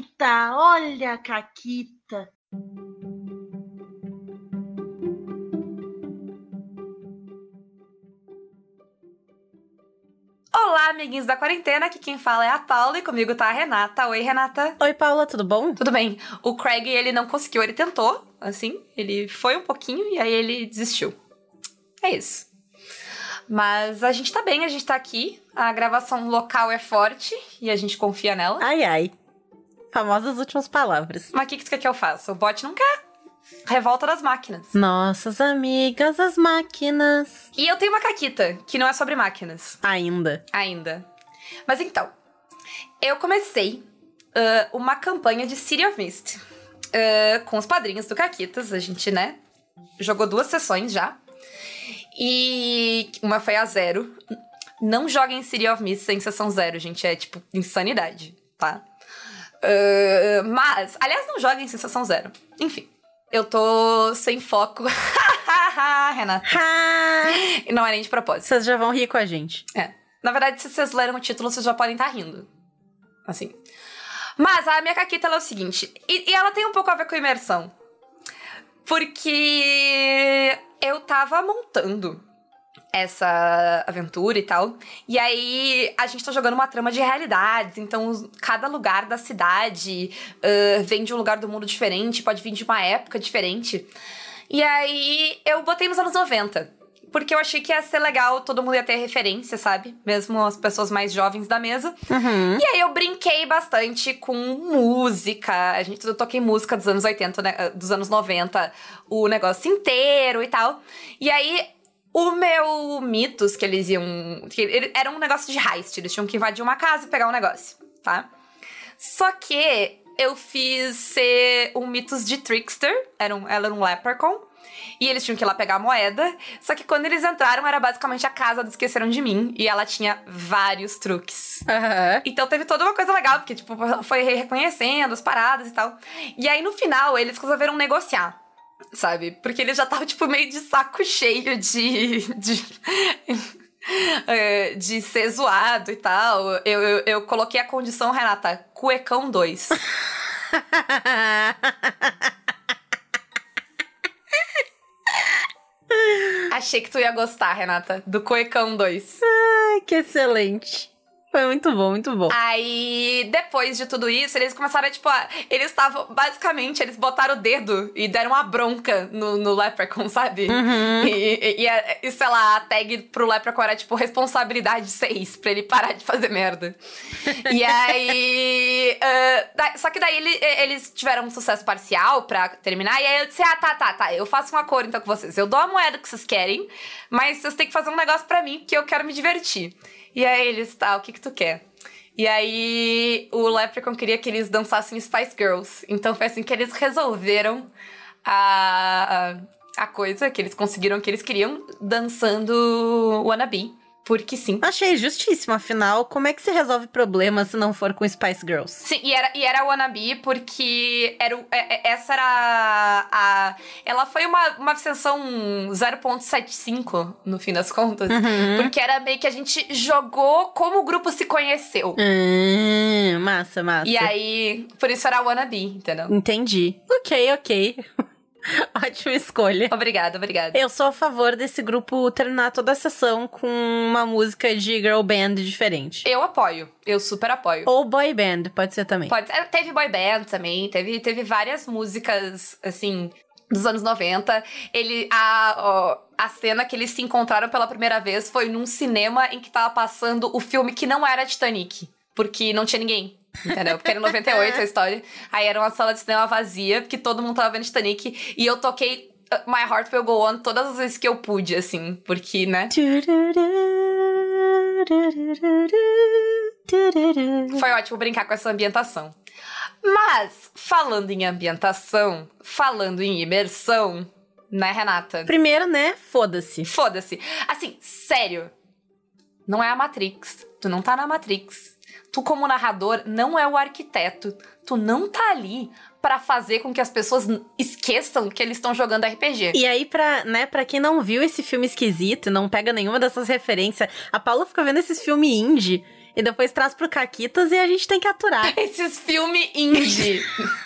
Caquita, olha a Caquita. Olá, amiguinhos da quarentena, aqui quem fala é a Paula e comigo tá a Renata. Oi, Renata. Oi, Paula, tudo bom? Tudo bem. O Craig, ele não conseguiu, ele tentou, assim, ele foi um pouquinho e aí ele desistiu. É isso. Mas a gente tá bem, a gente tá aqui, a gravação local é forte e a gente confia nela. Ai, ai. Famosas últimas palavras. Mas o que tu quer que eu faça? O bot não quer. Revolta das máquinas. Nossas amigas, as máquinas. E eu tenho uma caquita, que não é sobre máquinas. Ainda. Mas então, eu comecei uma campanha de City of Mist com os padrinhos do Caquitas. A gente, né, jogou 2 sessões já. E uma foi a 0. Não joguem City of Mist sem sessão 0, gente. É, tipo, insanidade, tá? Mas, aliás, não joguem sem sessão 0. Enfim, eu tô sem foco. Renata. Não é nem de propósito. Vocês já vão rir com a gente. Na verdade, se vocês leram o título, vocês já podem estar rindo. Assim. Mas a minha caquita ela é o seguinte. E ela tem um pouco a ver com imersão. Porque eu tava montando essa aventura e tal. E aí, a gente tá jogando uma trama de realidades. Então, cada lugar da cidade vem de um lugar do mundo diferente. Pode vir de uma época diferente. E aí, eu botei nos anos 90. Porque eu achei que ia ser legal, todo mundo ia ter referência, sabe? Mesmo as pessoas mais jovens da mesa. Uhum. E aí eu brinquei bastante com música. Eu toquei música dos anos 80, né? Dos anos 90, o negócio inteiro e tal. E aí, o meu mitos que eles iam... Era um negócio de heist, eles tinham que invadir uma casa e pegar um negócio, tá? Só que eu fiz ser um mitos de trickster, ela era um leprechaun. E eles tinham que ir lá pegar a moeda. Só que quando eles entraram, era basicamente a casa do Esqueceram de Mim. E ela tinha vários truques. Uhum. Então teve toda uma coisa legal, porque, tipo, foi reconhecendo as paradas e tal. E aí, no final, eles resolveram negociar, sabe? Porque eles já estavam, tipo, meio de saco cheio de ser zoado e tal. Eu coloquei a condição, Renata, Cuecão 2. Achei que tu ia gostar, Renata, do Cuecão 2. Ai, que excelente. Foi muito bom, muito bom. Aí, depois de tudo isso, eles começaram a, tipo... Eles estavam... Basicamente, eles botaram o dedo e deram uma bronca no Leprechaun, sabe? Uhum. E, sei lá, a tag pro Leprechaun era, tipo, responsabilidade 6, pra ele parar de fazer merda. E aí... só que daí eles tiveram um sucesso parcial pra terminar. E aí eu disse, tá. Eu faço um acordo, então, com vocês. Eu dou a moeda que vocês querem, mas vocês têm que fazer um negócio pra mim, porque eu quero me divertir. E aí eles, o que tu quer? E aí o Leprechaun queria que eles dançassem Spice Girls. Então foi assim que eles resolveram a coisa, que eles conseguiram o que eles queriam, dançando Wannabe. Porque sim. Achei justíssimo, afinal, como é que se resolve problema se não for com Spice Girls? Sim, e era Wannabe porque essa era ela foi uma ascensão 0.75 no fim das contas. Uhum. Porque era meio que a gente jogou como o grupo se conheceu. Massa. E aí, por isso era Wannabe, entendeu? Entendi. Ok. Ótima escolha. Obrigada. Eu sou a favor desse grupo terminar toda a sessão com uma música de girl band diferente. Eu apoio. Eu super apoio. Ou boy band, pode ser também. Teve boy band também. Teve várias músicas, assim, dos anos 90. A cena que eles se encontraram pela primeira vez foi num cinema em que tava passando o filme que não era Titanic. Porque não tinha ninguém. Entendeu? Porque era 98 a história. Aí era uma sala de cinema vazia, porque todo mundo tava vendo Titanic. E eu toquei My Heart Will Go On todas as vezes que eu pude, assim. Porque, né? Foi ótimo brincar com essa ambientação. Mas, falando em ambientação, falando em imersão, né, Renata? Primeiro, né? Foda-se. Assim, sério. Não é a Matrix. Tu não tá na Matrix. Tu, como narrador, não é o arquiteto. Tu não tá ali pra fazer com que as pessoas esqueçam que eles estão jogando RPG. E aí, pra quem não viu esse filme esquisito e não pega nenhuma dessas referências, a Paula fica vendo esses filmes indie e depois traz pro Caquitas e a gente tem que aturar. Esses filmes indie.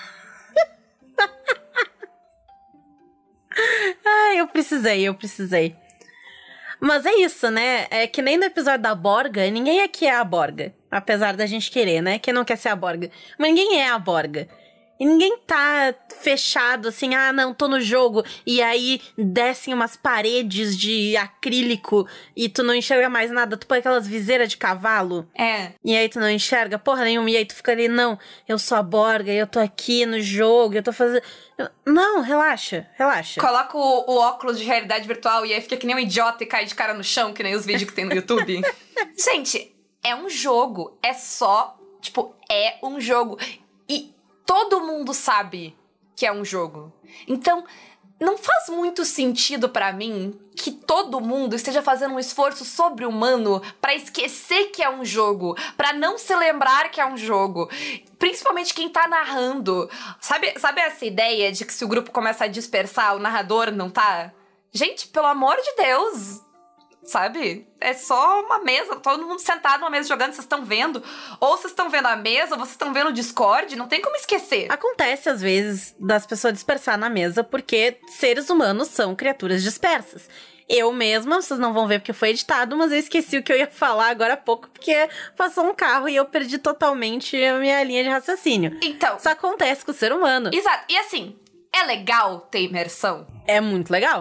Ai, eu precisei. Mas é isso, né? É que nem no episódio da Borga, ninguém aqui é a Borga. Apesar da gente querer, né? Quem não quer ser a Borga. Mas ninguém é a Borga. E ninguém tá fechado assim, ah, não, tô no jogo. E aí descem umas paredes de acrílico e tu não enxerga mais nada. Tu põe aquelas viseiras de cavalo. É. E aí tu não enxerga porra nenhuma. E aí tu fica ali, não, eu sou a Borga, eu tô aqui no jogo, eu tô fazendo... Não, relaxa. Coloca o óculos de realidade virtual e aí fica que nem um idiota e cai de cara no chão, que nem os vídeos que tem no YouTube. Gente, é um jogo. É só, tipo, é um jogo. E todo mundo sabe que é um jogo. Então, não faz muito sentido pra mim que todo mundo esteja fazendo um esforço sobre-humano pra esquecer que é um jogo, pra não se lembrar que é um jogo. Principalmente quem tá narrando. Sabe essa ideia de que se o grupo começa a dispersar, o narrador não tá? Gente, pelo amor de Deus... Sabe? É só uma mesa, todo mundo sentado numa mesa jogando, vocês estão vendo. Ou vocês estão vendo a mesa, ou vocês estão vendo o Discord, não tem como esquecer. Acontece, às vezes, das pessoas dispersar na mesa, porque seres humanos são criaturas dispersas. Eu mesma, vocês não vão ver porque foi editado, mas eu esqueci o que eu ia falar agora há pouco, porque passou um carro e eu perdi totalmente a minha linha de raciocínio. Então... Isso acontece com o ser humano. Exato. E assim... É legal ter imersão? É muito legal.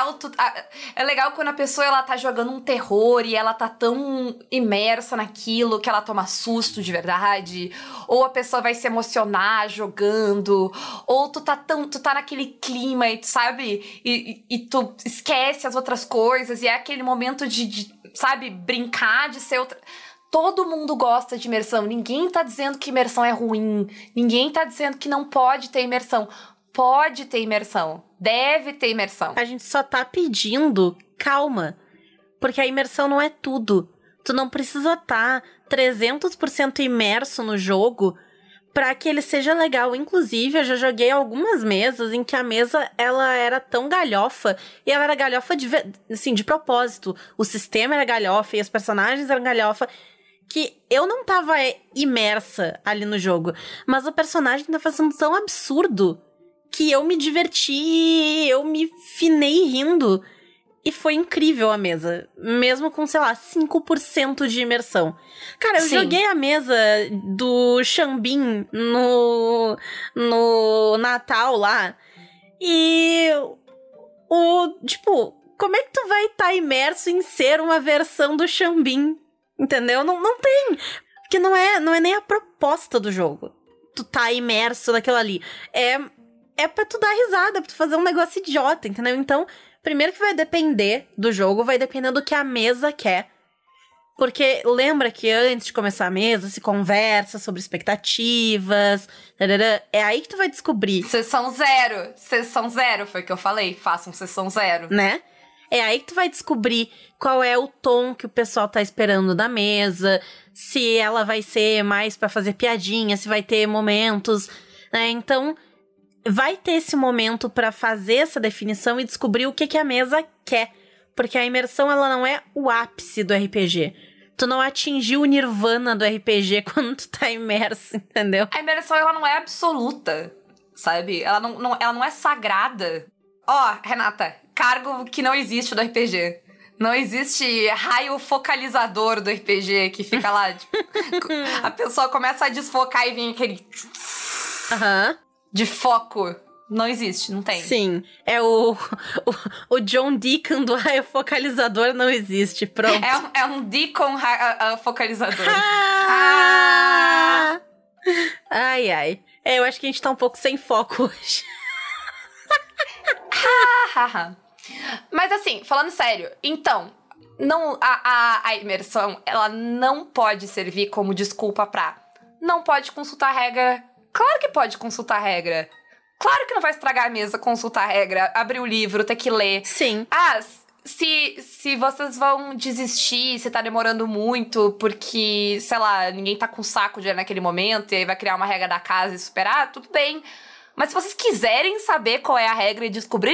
É legal quando a pessoa ela tá jogando um terror e ela tá tão imersa naquilo que ela toma susto de verdade. Ou a pessoa vai se emocionar jogando. Ou tu tá naquele clima e tu sabe? E tu esquece as outras coisas. E é aquele momento de sabe, brincar, de ser outra... Todo mundo gosta de imersão. Ninguém tá dizendo que imersão é ruim. Ninguém tá dizendo que não pode ter imersão. Pode ter imersão. Deve ter imersão. A gente só tá pedindo calma. Porque a imersão não é tudo. Tu não precisa estar 300% imerso no jogo pra que ele seja legal. Inclusive, eu já joguei algumas mesas em que a mesa, ela era tão galhofa. E ela era galhofa de propósito. O sistema era galhofa e os personagens eram galhofa. Que eu não tava imersa ali no jogo. Mas o personagem tá fazendo tão absurdo que eu me diverti, eu me finei rindo. E foi incrível a mesa. Mesmo com, sei lá, 5% de imersão. Cara, eu joguei a mesa do Xambin no Natal lá. E como é que tu vai estar imerso em ser uma versão do Xambin? Entendeu? Não tem. Porque não é nem a proposta do jogo. Tu tá imerso naquilo ali. É pra tu dar risada, pra tu fazer um negócio idiota, entendeu? Então, primeiro que vai depender do jogo, vai depender do que a mesa quer. Porque lembra que antes de começar a mesa, se conversa sobre expectativas, é aí que tu vai descobrir. Sessão zero, foi o que eu falei, façam sessão zero. Né? É aí que tu vai descobrir qual é o tom que o pessoal tá esperando da mesa, se ela vai ser mais pra fazer piadinha, se vai ter momentos, né? Então... vai ter esse momento pra fazer essa definição e descobrir o que a mesa quer. Porque a imersão, ela não é o ápice do RPG. Tu não atingiu o nirvana do RPG quando tu tá imerso, entendeu? A imersão, ela não é absoluta, sabe? Ela não é sagrada. Ó, Renata, cargo que não existe do RPG. Não existe raio focalizador do RPG que fica lá, tipo, a pessoa começa a desfocar e vem aquele... Aham. De foco. Não existe, não tem. Sim. É o John Deacon do raio focalizador não existe, pronto. É um Deacon focalizador. Ai. Eu acho que a gente tá um pouco sem foco hoje. Mas assim, falando sério, então... não, a imersão, ela não pode servir como desculpa pra... não pode consultar a regra... Claro que pode consultar a regra. Claro que não vai estragar a mesa consultar a regra, abrir o livro, ter que ler. Sim. Ah, se vocês vão desistir, se tá demorando muito, porque, sei lá, ninguém tá com saco de ir naquele momento, e aí vai criar uma regra da casa e superar, tudo bem. Mas se vocês quiserem saber qual é a regra e descobrirem,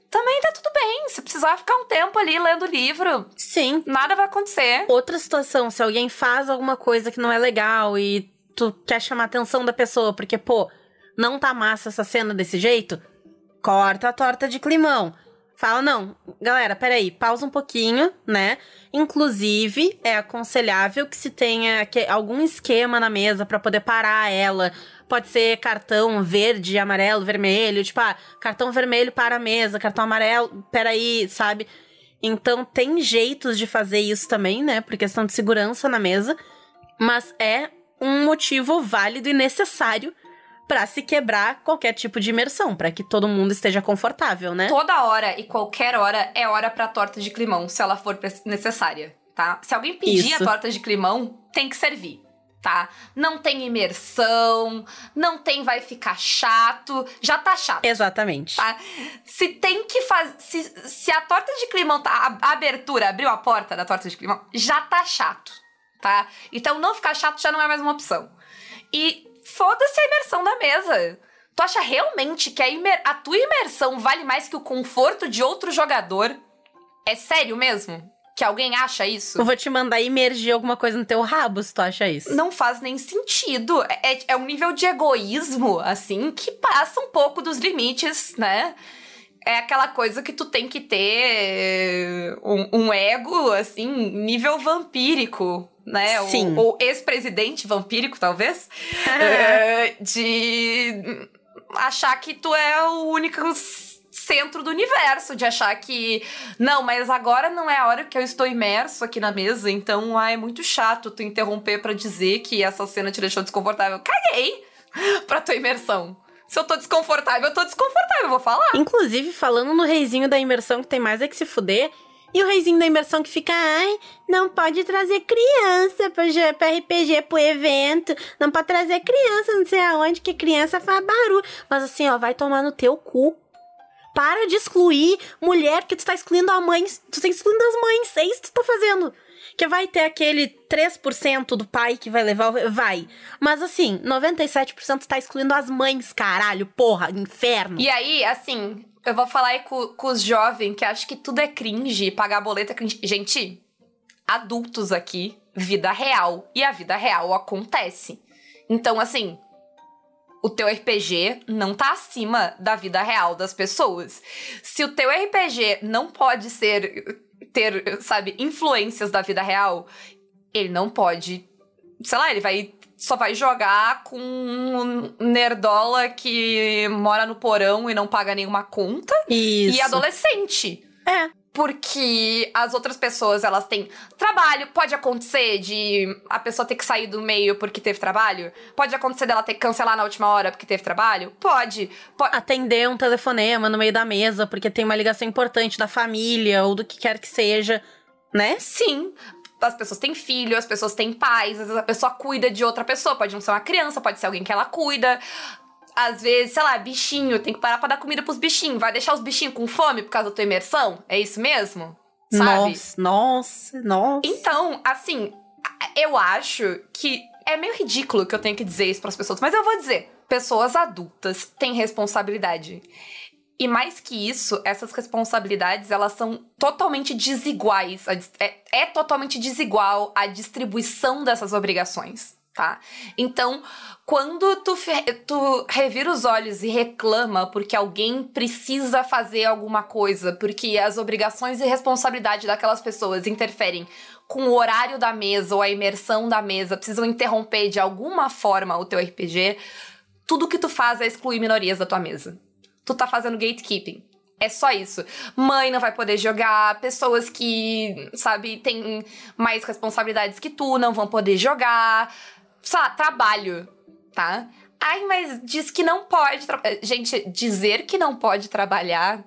também tá tudo bem. Se precisar ficar um tempo ali lendo livro, Sim. nada vai acontecer. Outra situação, se alguém faz alguma coisa que não é legal e tu quer chamar a atenção da pessoa, porque, pô, não tá massa essa cena desse jeito, corta a torta de climão. Fala, não, galera, peraí, pausa um pouquinho, né? Inclusive, é aconselhável que se tenha algum esquema na mesa pra poder parar ela. Pode ser cartão verde, amarelo, vermelho. Tipo, cartão vermelho para a mesa, cartão amarelo, peraí, sabe? Então, tem jeitos de fazer isso também, né? Por questão de segurança na mesa. Mas é um motivo válido e necessário pra se quebrar qualquer tipo de imersão, pra que todo mundo esteja confortável, né? Toda hora e qualquer hora é hora pra torta de climão, se ela for necessária, tá? Se alguém pedir a torta de climão, tem que servir, tá? Não tem imersão, não tem vai ficar chato, já tá chato. Exatamente. Tá? Se tem que fazer... Se a torta de climão tá... A abertura, abriu a porta da torta de climão, já tá chato, tá? Então não ficar chato já não é mais uma opção. E foda-se a imersão da mesa. Tu acha realmente que a tua imersão vale mais que o conforto de outro jogador? É sério mesmo? Que alguém acha isso? Eu vou te mandar imergir alguma coisa no teu rabo, se tu acha isso. Não faz nem sentido. É um nível de egoísmo, assim, que passa um pouco dos limites, né? É aquela coisa que tu tem que ter um ego, assim, nível vampírico, né? Sim. Ou ex-presidente vampírico, talvez. De achar que tu é o único centro do universo, de achar que... Não, mas agora não é a hora que eu estou imerso aqui na mesa, então é muito chato tu interromper pra dizer que essa cena te deixou desconfortável. Caguei pra tua imersão. Se eu tô desconfortável, eu vou falar. Inclusive, falando no reizinho da imersão, que tem mais é que se fuder, e o reizinho da imersão que fica, não pode trazer criança pra RPG, pro evento, não pode trazer criança, não sei aonde, que criança faz barulho. Mas assim, vai tomar no teu cu. Para de excluir mulher, que tu tá excluindo a mãe, tu tá excluindo as mães, é isso que tu tá fazendo. Que vai ter aquele 3% do pai que vai levar, vai. Mas assim, 97% tá excluindo as mães, caralho, porra, inferno. E aí, assim, eu vou falar aí com os jovens que acham que tudo é cringe, pagar boleto é cringe. Gente, adultos aqui, vida real. E a vida real acontece. Então, assim, o teu RPG não tá acima da vida real das pessoas. Se o teu RPG não pode ter, sabe, influências da vida real, ele não pode, sei lá, só vai jogar com um nerdola que mora no porão e não paga nenhuma conta. Isso. E adolescente. Porque as outras pessoas, elas têm trabalho. Pode acontecer de a pessoa ter que sair do meio porque teve trabalho? Pode acontecer dela ter que cancelar na última hora porque teve trabalho? Pode. Atender um telefonema no meio da mesa porque tem uma ligação importante da família ou do que quer que seja, né? Sim. As pessoas têm filho, as pessoas têm pais, às vezes a pessoa cuida de outra pessoa. Pode não ser uma criança, pode ser alguém que ela cuida. Às vezes, sei lá, bichinho, tem que parar pra dar comida pros bichinhos. Vai deixar os bichinhos com fome por causa da tua imersão? É isso mesmo? Sabe? Nossa. Então, assim, eu acho que é meio ridículo que eu tenha que dizer isso pras pessoas, mas eu vou dizer. Pessoas adultas têm responsabilidade. E mais que isso, essas responsabilidades, elas são totalmente desiguais. É totalmente desigual a distribuição dessas obrigações, tá? Então, quando tu revira os olhos e reclama porque alguém precisa fazer alguma coisa, porque as obrigações e responsabilidade daquelas pessoas interferem com o horário da mesa ou a imersão da mesa, precisam interromper de alguma forma o teu RPG, tudo que tu faz é excluir minorias da tua mesa. Tu tá fazendo gatekeeping. É só isso. Mãe não vai poder jogar, pessoas que, sabe, têm mais responsabilidades que tu não vão poder jogar. Sei lá, trabalho, tá? Ai, mas diz que não pode... Gente, dizer que não pode trabalhar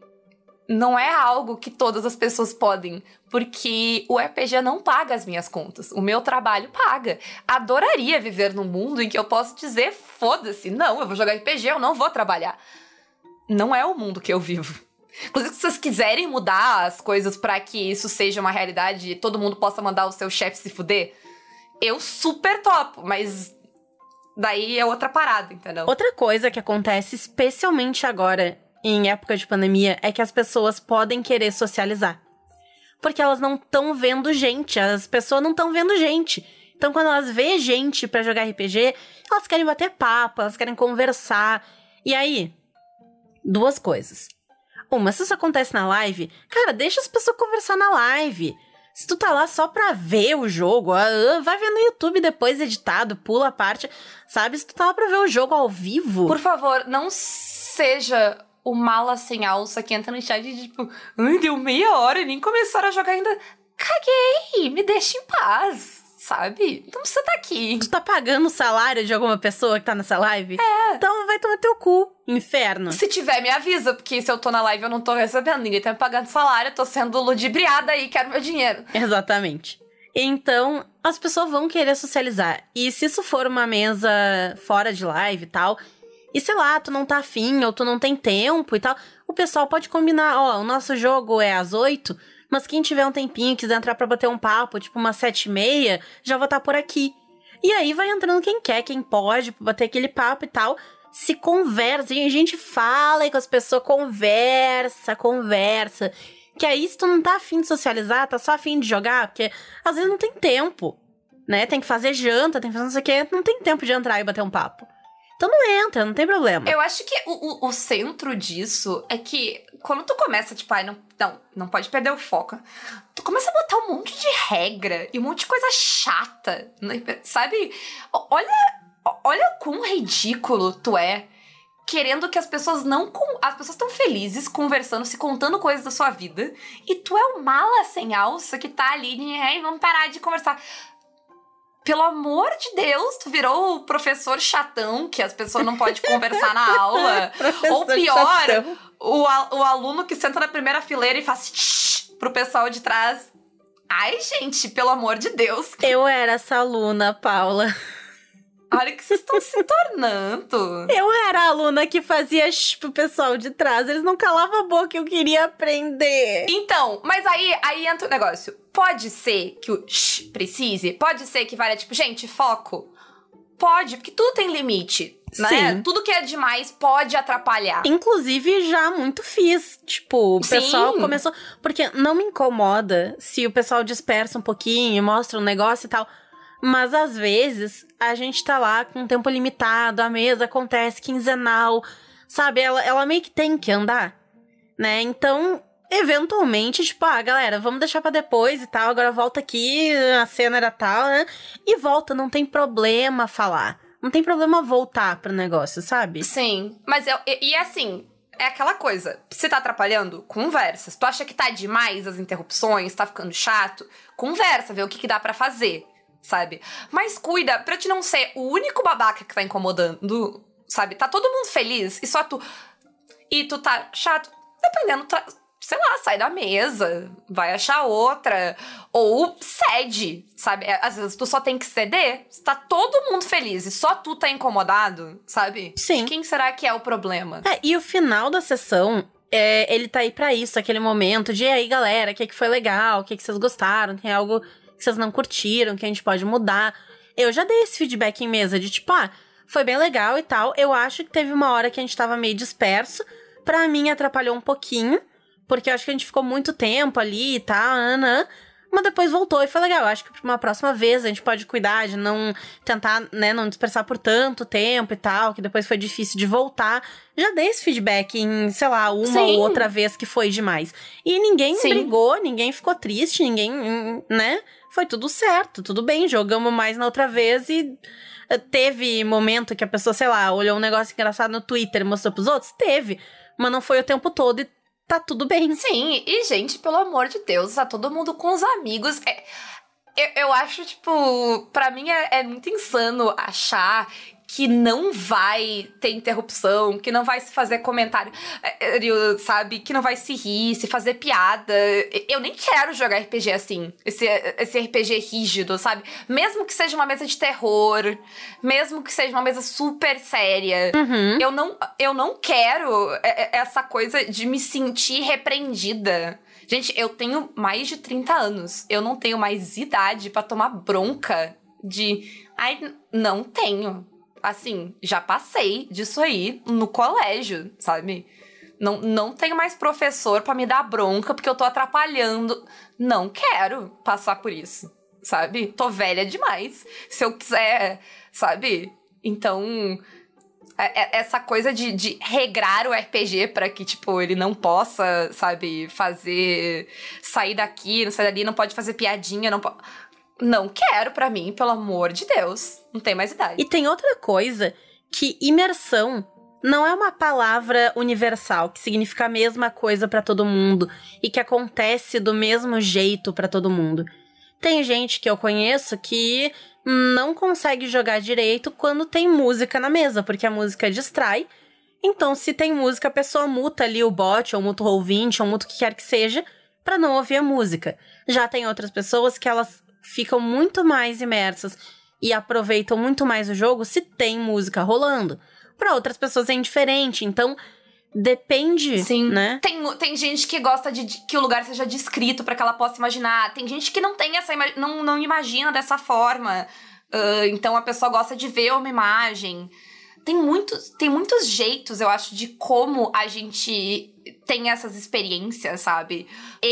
não é algo que todas as pessoas podem, porque o RPG não paga as minhas contas. O meu trabalho paga. Adoraria viver num mundo em que eu posso dizer, foda-se, não, eu vou jogar RPG, eu não vou trabalhar. Não é o mundo que eu vivo. Inclusive, se vocês quiserem mudar as coisas pra que isso seja uma realidade e todo mundo possa mandar o seu chefe se fuder, eu super topo, mas daí é outra parada, entendeu? Outra coisa que acontece especialmente agora em época de pandemia é que as pessoas podem querer socializar. Porque elas não estão vendo gente, as pessoas não estão vendo gente. Então, quando elas vê gente pra jogar RPG, elas querem bater papo, elas querem conversar. E aí, duas coisas. Uma, se isso acontece na live, cara, deixa as pessoas conversar na live. Se tu tá lá só pra ver o jogo, vai ver no YouTube depois editado, pula a parte, sabe? Se tu tá lá pra ver o jogo ao vivo... Por favor, não seja o mala sem alça que entra no chat e tipo... Ai, deu meia hora e nem começaram a jogar ainda. Caguei, me deixa em paz, sabe? Não precisa estar aqui. Tu tá pagando o salário de alguma pessoa que tá nessa live? Então vai tomar teu cu, inferno. Se tiver, me avisa, porque se eu tô na live eu não tô recebendo. Ninguém tá me pagando salário, eu tô sendo ludibriada e quero meu dinheiro. Exatamente. Então, as pessoas vão querer socializar. E se isso for uma mesa fora de live e tal, e sei lá, tu não tá afim ou tu não tem tempo e tal, o pessoal pode combinar, ó, o nosso jogo é às 8, mas quem tiver um tempinho, quiser entrar pra bater um papo, tipo umas 7h30, já vou estar por aqui. E aí vai entrando quem quer, quem pode, bater aquele papo e tal. Se conversa, e a gente fala aí com as pessoas, conversa. Que aí, se tu não tá afim de socializar, tá só afim de jogar, porque às vezes não tem tempo, né? Tem que fazer janta, tem que fazer não sei o quê, não tem tempo de entrar e bater um papo. Então não entra, não tem problema. Eu acho que o centro disso é que quando tu começa, tipo, ai, não pode perder o foco. Tu começa a botar um monte de regra e um monte de coisa chata, sabe? Olha o quão ridículo tu é. Querendo que as pessoas não... As pessoas estão felizes, conversando, se contando coisas da sua vida. E tu é um mala sem alça que tá ali e ai, vamos parar de conversar. Pelo amor de Deus, tu virou o professor chatão, que as pessoas não podem conversar na aula. Ou pior, o aluno que senta na primeira fileira e faz tsh pro pessoal de trás. Ai, gente, pelo amor de Deus. Eu era essa aluna, Paula. Olha o que vocês estão se tornando. Eu era a aluna que fazia shh pro pessoal de trás. Eles não calavam a boca, eu queria aprender. Então, mas aí entra o negócio. Pode ser que o shh precise? Pode ser que valha, tipo, gente, foco? Pode, porque tudo tem limite, né? Sim. Tudo que é demais pode atrapalhar. Inclusive, já muito fiz. Tipo, o Sim. pessoal começou... Porque não me incomoda se o pessoal dispersa um pouquinho, mostra um negócio e tal... Mas, às vezes, a gente tá lá com um tempo limitado, a mesa acontece quinzenal, sabe? Ela meio que tem que andar, né? Então, eventualmente, tipo, galera, vamos deixar pra depois e tal, agora volta aqui, a cena era tal, né? E volta, não tem problema falar. Não tem problema voltar pro negócio, sabe? Sim, mas e assim... É aquela coisa, se tá atrapalhando, conversa. Se tu acha que tá demais as interrupções, tá ficando chato, conversa, vê o que dá pra fazer. Sabe? Mas cuida pra te não ser o único babaca que tá incomodando, sabe? Tá todo mundo feliz e só tu... E tu tá chato, dependendo, sei lá, sai da mesa, vai achar outra, ou cede, sabe? Às vezes tu só tem que ceder, tá todo mundo feliz e só tu tá incomodado, sabe? Sim. Quem será que é o problema? E o final da sessão... ele tá aí pra isso, aquele momento de, e aí, galera, o que foi legal, o que vocês gostaram, tem algo... que vocês não curtiram, que a gente pode mudar. Eu já dei esse feedback em mesa de tipo, foi bem legal e tal. Eu acho que teve uma hora que a gente tava meio disperso. Pra mim, atrapalhou um pouquinho, porque eu acho que a gente ficou muito tempo ali e tal, mas depois voltou e foi legal. Eu acho que pra uma próxima vez a gente pode cuidar de não tentar, né, não dispersar por tanto tempo e tal, que depois foi difícil de voltar. Já dei esse feedback em, sei lá, uma ou outra vez que foi demais. E ninguém brigou, ninguém ficou triste, ninguém, né? Foi tudo certo, tudo bem, jogamos mais na outra vez e teve momento que a pessoa, sei lá, olhou um negócio engraçado no Twitter e mostrou pros outros? Teve, mas não foi o tempo todo e tá tudo bem. Sim, e gente, pelo amor de Deus, tá todo mundo com os amigos. Eu acho, tipo, pra mim é muito insano achar que não vai ter interrupção, que não vai se fazer comentário, sabe? Que não vai se rir, se fazer piada. Eu nem quero jogar RPG assim, esse RPG rígido, sabe? Mesmo que seja uma mesa de terror, mesmo que seja uma mesa super séria, eu não quero essa coisa de me sentir repreendida. Gente, eu tenho mais de 30 anos, eu não tenho mais idade pra tomar bronca de... Ai, não tenho. Assim, já passei disso aí no colégio, sabe? Não tenho mais professor pra me dar bronca porque eu tô atrapalhando. Não quero passar por isso, sabe? Tô velha demais. Se eu quiser, sabe? Então, essa coisa de regrar o RPG pra que, tipo, ele não possa, sabe, sair daqui, não sair dali, não pode fazer piadinha, não quero pra mim, pelo amor de Deus. Não tem mais idade. E tem outra coisa, que imersão não é uma palavra universal, que significa a mesma coisa pra todo mundo e que acontece do mesmo jeito pra todo mundo. Tem gente que eu conheço que não consegue jogar direito quando tem música na mesa, porque a música distrai. Então, se tem música, a pessoa muta ali o bot, ou muta o ouvinte, ou muta o que quer que seja, pra não ouvir a música. Já tem outras pessoas que elas ficam muito mais imersas e aproveitam muito mais o jogo se tem música rolando. Para outras pessoas é indiferente, então depende, sim, né? Tem gente que gosta de que o lugar seja descrito para que ela possa imaginar. Tem gente que não tem não imagina dessa forma. Então a pessoa gosta de ver uma imagem. Tem muitos jeitos, eu acho, de como a gente tem essas experiências, sabe?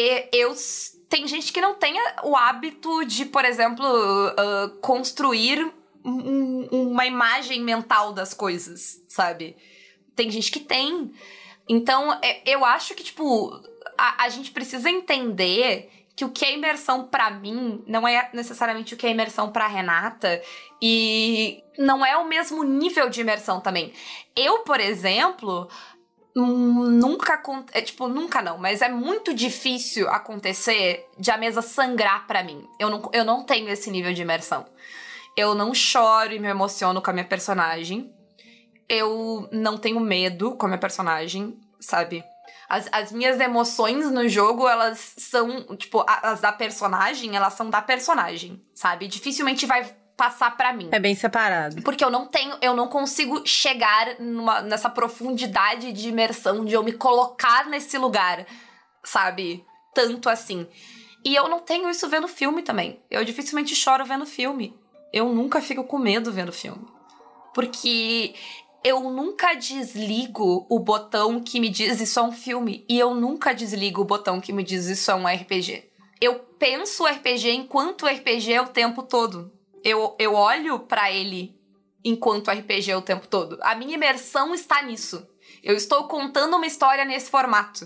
Tem gente que não tem o hábito de, por exemplo, construir uma imagem mental das coisas, sabe? Tem gente que tem. Então, eu acho que, tipo, a gente precisa entender que o que é imersão pra mim não é necessariamente o que é imersão pra Renata, e não é o mesmo nível de imersão também. Eu, por exemplo, nunca não, mas é muito difícil acontecer de a mesa sangrar pra mim. Eu não tenho esse nível de imersão. Eu não choro e me emociono com a minha personagem. Eu não tenho medo com a minha personagem, sabe? As minhas emoções no jogo, elas são, tipo, as da personagem, elas são da personagem, sabe? Dificilmente vai passar pra mim. É bem separado. Porque eu não consigo chegar nessa profundidade de imersão, de eu me colocar nesse lugar, sabe? Tanto assim. E eu não tenho isso vendo filme também. Eu dificilmente choro vendo filme. Eu nunca fico com medo vendo filme. Porque eu nunca desligo o botão que me diz isso é um filme. E eu nunca desligo o botão que me diz isso é um RPG. Eu penso o RPG enquanto RPG o tempo todo. Eu olho pra ele enquanto RPG o tempo todo. A minha imersão está nisso. Eu estou contando uma história nesse formato.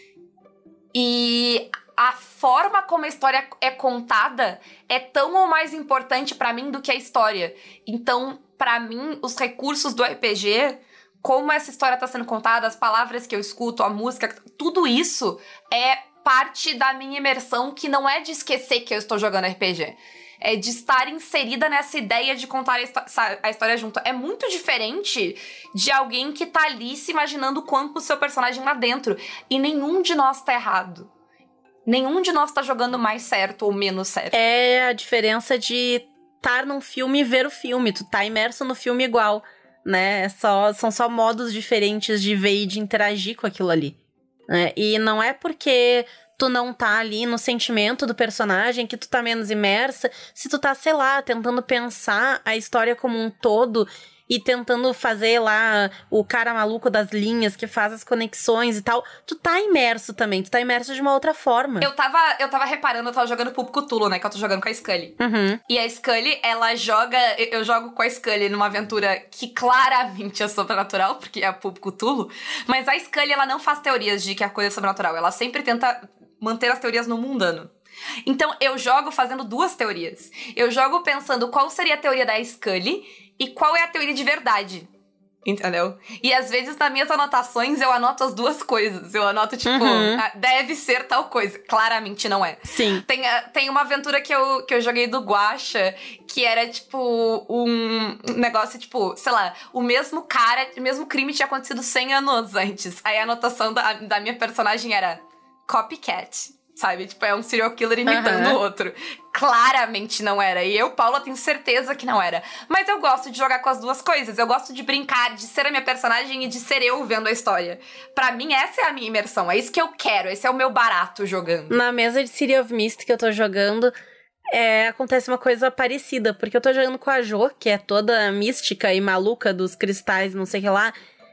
E a forma como a história é contada é tão ou mais importante pra mim do que a história. Então, pra mim, os recursos do RPG, como essa história tá sendo contada, as palavras que eu escuto, a música, tudo isso é parte da minha imersão, que não é de esquecer que eu estou jogando RPG. É de estar inserida nessa ideia de contar a história junto. É muito diferente de alguém que tá ali se imaginando quanto o seu personagem lá dentro. E nenhum de nós tá errado. Nenhum de nós tá jogando mais certo ou menos certo. É a diferença de estar num filme e ver o filme. Tu tá imerso no filme igual, né? São só modos diferentes de ver e de interagir com aquilo ali. Né? E não é porque tu não tá ali no sentimento do personagem que tu tá menos imersa. Se tu tá, sei lá, tentando pensar a história como um todo e tentando fazer lá o cara maluco das linhas que faz as conexões e tal, tu tá imerso também, tu tá imerso de uma outra forma. Eu tava reparando, eu tava jogando Pulp Cthulhu, né, que eu tô jogando com a Scully. Uhum. E a Scully, ela eu jogo com a Scully numa aventura que claramente é sobrenatural, porque é a Pulp Cthulhu, mas a Scully, ela não faz teorias de que a coisa é sobrenatural, ela sempre tenta manter as teorias no mundano. Então, eu jogo fazendo duas teorias. Eu jogo pensando qual seria a teoria da Scully e qual é a teoria de verdade. Entendeu? E às vezes nas minhas anotações eu anoto as duas coisas. Eu anoto, tipo, deve ser tal coisa. Claramente não é. Sim. Tem uma aventura que eu joguei do Guaxa, que era, tipo, um negócio, tipo, sei lá, o mesmo crime tinha acontecido 100 anos antes. Aí a anotação da minha personagem era copycat. Sabe? Tipo, é um serial killer imitando o outro. Claramente não era. E eu, Paula, tenho certeza que não era. Mas eu gosto de jogar com as duas coisas. Eu gosto de brincar, de ser a minha personagem e de ser eu vendo a história. Pra mim, essa é a minha imersão. É isso que eu quero. Esse é o meu barato jogando. Na mesa de City of Mist que eu tô jogando, acontece uma coisa parecida. Porque eu tô jogando com a Jo, que é toda mística e maluca dos cristais, não sei o que lá.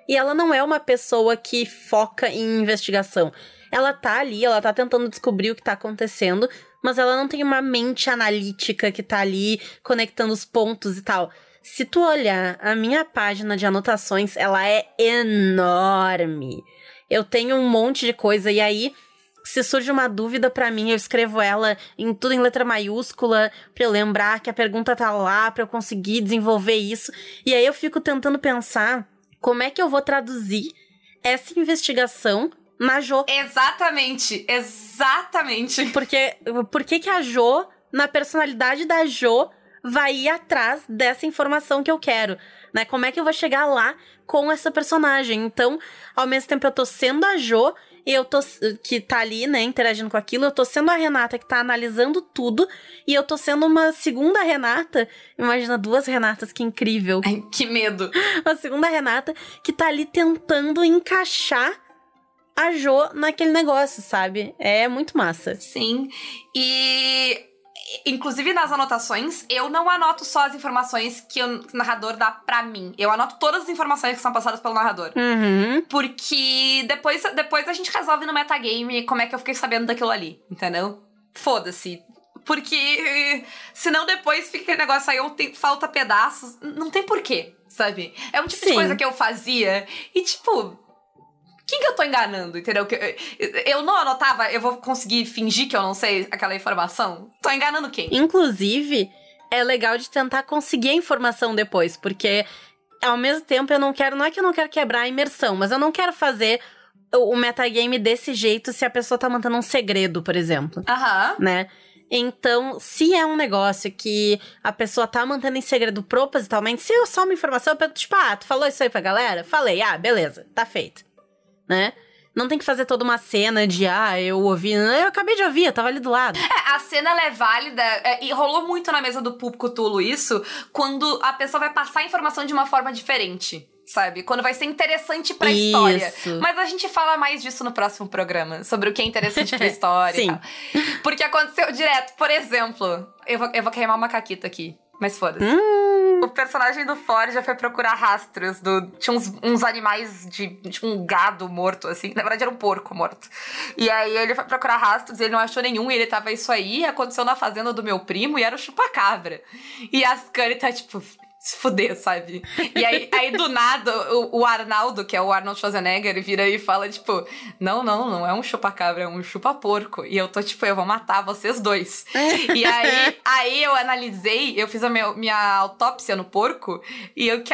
E ela não é uma pessoa que foca em investigação. Ela tá ali, ela tá tentando descobrir o que tá acontecendo, mas ela não tem uma mente analítica que tá ali conectando os pontos e tal. Se tu olhar a minha página de anotações, ela é enorme. Eu tenho um monte de coisa, e aí, se surge uma dúvida pra mim, eu escrevo ela tudo em letra maiúscula, pra eu lembrar que a pergunta tá lá, pra eu conseguir desenvolver isso. E aí eu fico tentando pensar como é que eu vou traduzir essa investigação na Jo. Exatamente. Porque por que a Jo, na personalidade da Jo, vai ir atrás dessa informação que eu quero, né? Como é que eu vou chegar lá com essa personagem? Então, ao mesmo tempo eu tô sendo a Jo, e eu tô, que tá ali, né, interagindo com aquilo, eu tô sendo a Renata que tá analisando tudo, e eu tô sendo uma segunda Renata, imagina 2 Renatas, que incrível. Ai, que medo. Uma segunda Renata que tá ali tentando encaixar a Jo naquele negócio, sabe? É muito massa. Sim, e inclusive nas anotações, eu não anoto só as informações que o narrador dá pra mim. Eu anoto todas as informações que são passadas pelo narrador. Uhum. Porque depois a gente resolve no metagame como é que eu fiquei sabendo daquilo ali, entendeu? Foda-se. Porque senão depois fica aquele negócio aí, falta pedaços. Não tem porquê, sabe? É um tipo de coisa que eu fazia e tipo... Quem que eu tô enganando, entendeu? Eu não anotava, eu vou conseguir fingir que eu não sei aquela informação? Tô enganando quem? Inclusive, é legal de tentar conseguir a informação depois, porque ao mesmo tempo não é que eu não quero quebrar a imersão, mas eu não quero fazer o metagame desse jeito se a pessoa tá mantendo um segredo, por exemplo. Né? Então, se é um negócio que a pessoa tá mantendo em segredo propositalmente, se eu só uma informação, eu pergunto, tipo, tu falou isso aí pra galera? Falei, beleza, tá feito. Né? Não tem que fazer toda uma cena de, eu ouvi. Eu acabei de ouvir, eu tava ali do lado. A cena ela é válida, e rolou muito na mesa do Público Cthulhu isso, quando a pessoa vai passar a informação de uma forma diferente, sabe? Quando vai ser interessante pra história. Mas a gente fala mais disso no próximo programa, sobre o que é interessante pra história. Sim. E tal. Porque aconteceu direto, por exemplo, eu vou queimar uma caquita aqui, mas foda-se. O personagem do Ford já foi procurar rastros tinha uns animais tinha um gado morto, assim. Na verdade, era um porco morto. E aí ele foi procurar rastros e ele não achou nenhum. E ele tava, isso aí aconteceu na fazenda do meu primo e era o chupacabra. E a Scully tá, tipo... se fuder, sabe? E aí do nada, o Arnaldo, que é o Arnold Schwarzenegger, ele vira e fala, tipo, não é um chupacabra, é um chupaporco. E eu tô, tipo, eu vou matar vocês dois. E aí eu analisei, eu fiz a minha autópsia no porco, e o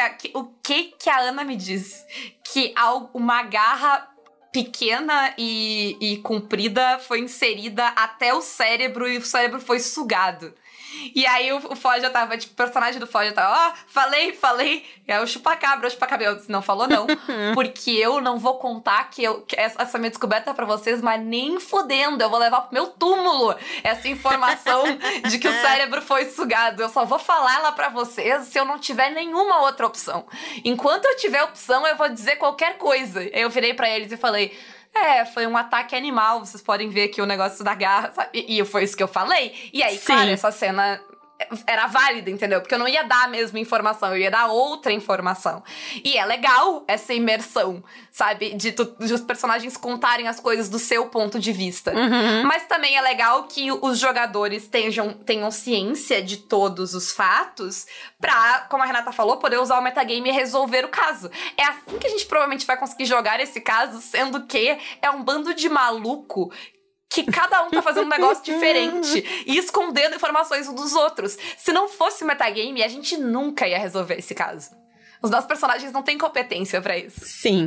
que a Ana me diz? Que uma garra pequena e comprida foi inserida até o cérebro, e o cérebro foi sugado. E aí o Foge já tava, tipo, o personagem do Foge já tava, falei. E aí o chupacabra, eu disse, não falou não. Porque eu não vou contar que essa minha descoberta é pra vocês, mas nem fodendo, eu vou levar pro meu túmulo essa informação de que o cérebro foi sugado. Eu só vou falar ela pra vocês se eu não tiver nenhuma outra opção. Enquanto eu tiver opção, eu vou dizer qualquer coisa. Aí eu virei pra eles e falei... foi um ataque animal, vocês podem ver aqui o negócio da garra, sabe? E foi isso que eu falei. E aí, claro, essa cena era válida, entendeu? Porque eu não ia dar a mesma informação, eu ia dar outra informação. E é legal essa imersão, sabe? De os personagens contarem as coisas do seu ponto de vista. Uhum. Mas também é legal que os jogadores tenham ciência de todos os fatos pra, como a Renata falou, poder usar o metagame e resolver o caso. É assim que a gente provavelmente vai conseguir jogar esse caso, sendo que é um bando de maluco que cada um tá fazendo um negócio diferente e escondendo informações uns dos outros. Se não fosse metagame, a gente nunca ia resolver esse caso. Os nossos personagens não têm competência pra isso. Sim.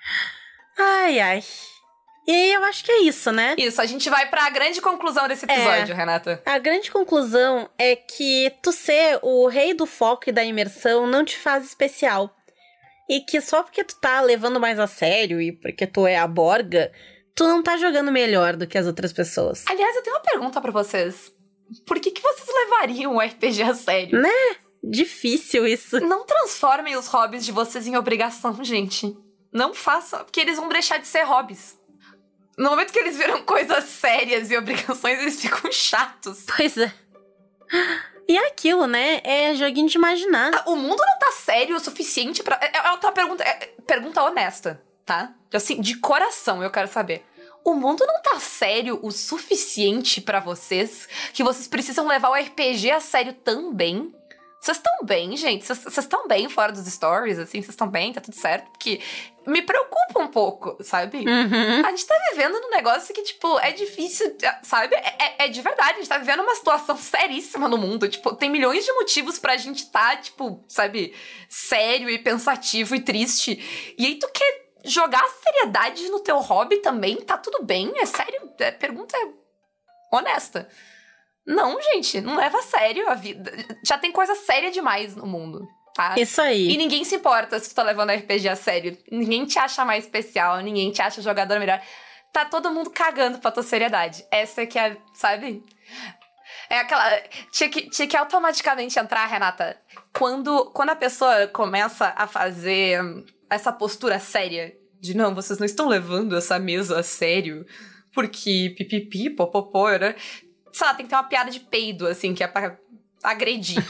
Ai. E eu acho que é isso, né? Isso, a gente vai pra grande conclusão desse episódio, Renata. A grande conclusão é que tu ser o rei do foco e da imersão não te faz especial. E que só porque tu tá levando mais a sério e porque tu é a Borga... tu não tá jogando melhor do que as outras pessoas. Aliás, eu tenho uma pergunta pra vocês. Por que vocês levariam o RPG a sério? Né? Difícil isso. Não transformem os hobbies de vocês em obrigação, gente. Não façam, porque eles vão deixar de ser hobbies. No momento que eles viram coisas sérias e obrigações, eles ficam chatos. Pois é. E é aquilo, né? É joguinho de imaginar. O mundo não tá sério o suficiente pra... É outra pergunta, pergunta honesta, tá? Assim, de coração eu quero saber. O mundo não tá sério o suficiente pra vocês que vocês precisam levar o RPG a sério também? Vocês estão bem, gente? Vocês estão bem fora dos stories, assim? Vocês estão bem? Tá tudo certo? Porque me preocupa um pouco, sabe? Uhum. A gente tá vivendo num negócio que, tipo, é difícil, sabe? É de verdade, a gente tá vivendo uma situação seríssima no mundo. Tipo, tem milhões de motivos pra gente tá, tipo, sabe? Sério e pensativo e triste. E aí tu quer jogar seriedade no teu hobby também? Tá tudo bem? É sério? A pergunta é honesta. Não, gente, não leva a sério a vida. Já tem coisa séria demais no mundo, tá? Isso aí. E ninguém se importa se tu tá levando RPG a sério. Ninguém te acha mais especial, ninguém te acha jogador melhor. Tá todo mundo cagando pra tua seriedade. Essa que é, sabe? É aquela... Tinha que automaticamente entrar, Renata. Quando a pessoa começa a fazer essa postura séria de não, vocês não estão levando essa mesa a sério porque pipipi, popopó, né? Sei lá, tem que ter uma piada de peido, assim, que é pra agredir.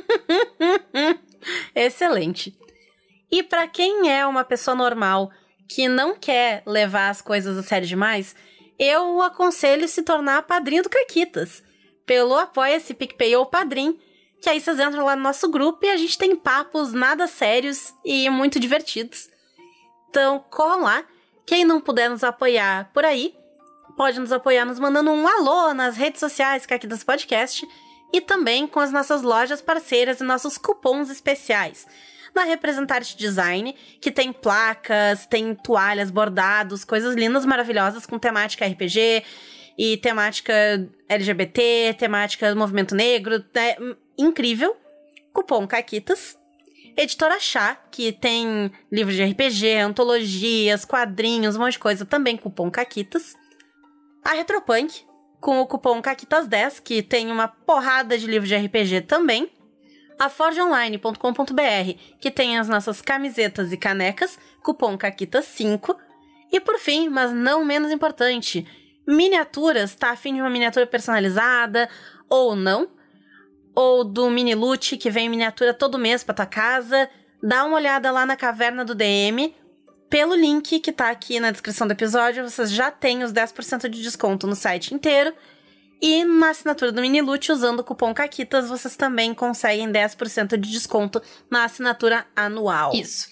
Excelente. E pra quem é uma pessoa normal que não quer levar as coisas a sério demais, eu aconselho se tornar padrinho do Caquitas. Pelo Apoia-se, PicPay ou Padrim, que aí vocês entram lá no nosso grupo e a gente tem papos nada sérios e muito divertidos. Então, corram lá. Quem não puder nos apoiar por aí, pode nos apoiar nos mandando um alô nas redes sociais Caquitas Podcast e também com as nossas lojas parceiras e nossos cupons especiais. Na Representarte Design, que tem placas, tem toalhas, bordados, coisas lindas, maravilhosas com temática RPG e temática LGBT, temática movimento negro, né? Incrível. Cupom Caquitas. Editora Chá, que tem livros de RPG, antologias, quadrinhos, um monte de coisa, também cupom Caquitas. A Retropunk, com o cupom Caquitas10, que tem uma porrada de livros de RPG também. A forgeonline.com.br, que tem as nossas camisetas e canecas, cupom Caquitas5. E por fim, mas não menos importante, miniaturas, tá afim de uma miniatura personalizada ou não? Ou do Mini Loot, que vem miniatura todo mês pra tua casa, dá uma olhada lá na Caverna do DM. Pelo link que tá aqui na descrição do episódio, vocês já têm os 10% de desconto no site inteiro. E na assinatura do Mini Loot, usando o cupom Caquitas, vocês também conseguem 10% de desconto na assinatura anual. Isso.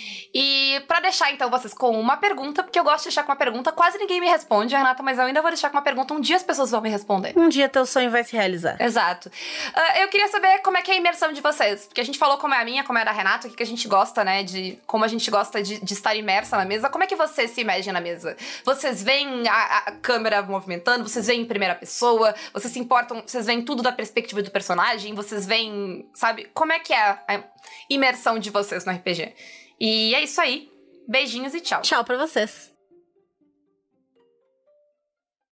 E pra deixar, então, vocês com uma pergunta, porque eu gosto de deixar com uma pergunta, quase ninguém me responde, Renata, mas eu ainda vou deixar com uma pergunta, um dia as pessoas vão me responder. Um dia teu sonho vai se realizar. Exato. Eu queria saber como é que é a imersão de vocês, porque a gente falou como é a minha, como é a da Renata, o que a gente gosta, né, como a gente gosta de estar imersa na mesa. Como é que vocês se imergem na mesa? Vocês veem a câmera movimentando, vocês veem em primeira pessoa, vocês se importam, vocês veem tudo da perspectiva do personagem, vocês veem, sabe, como é que é a imersão de vocês no RPG? E é isso aí. Beijinhos e tchau. Tchau pra vocês.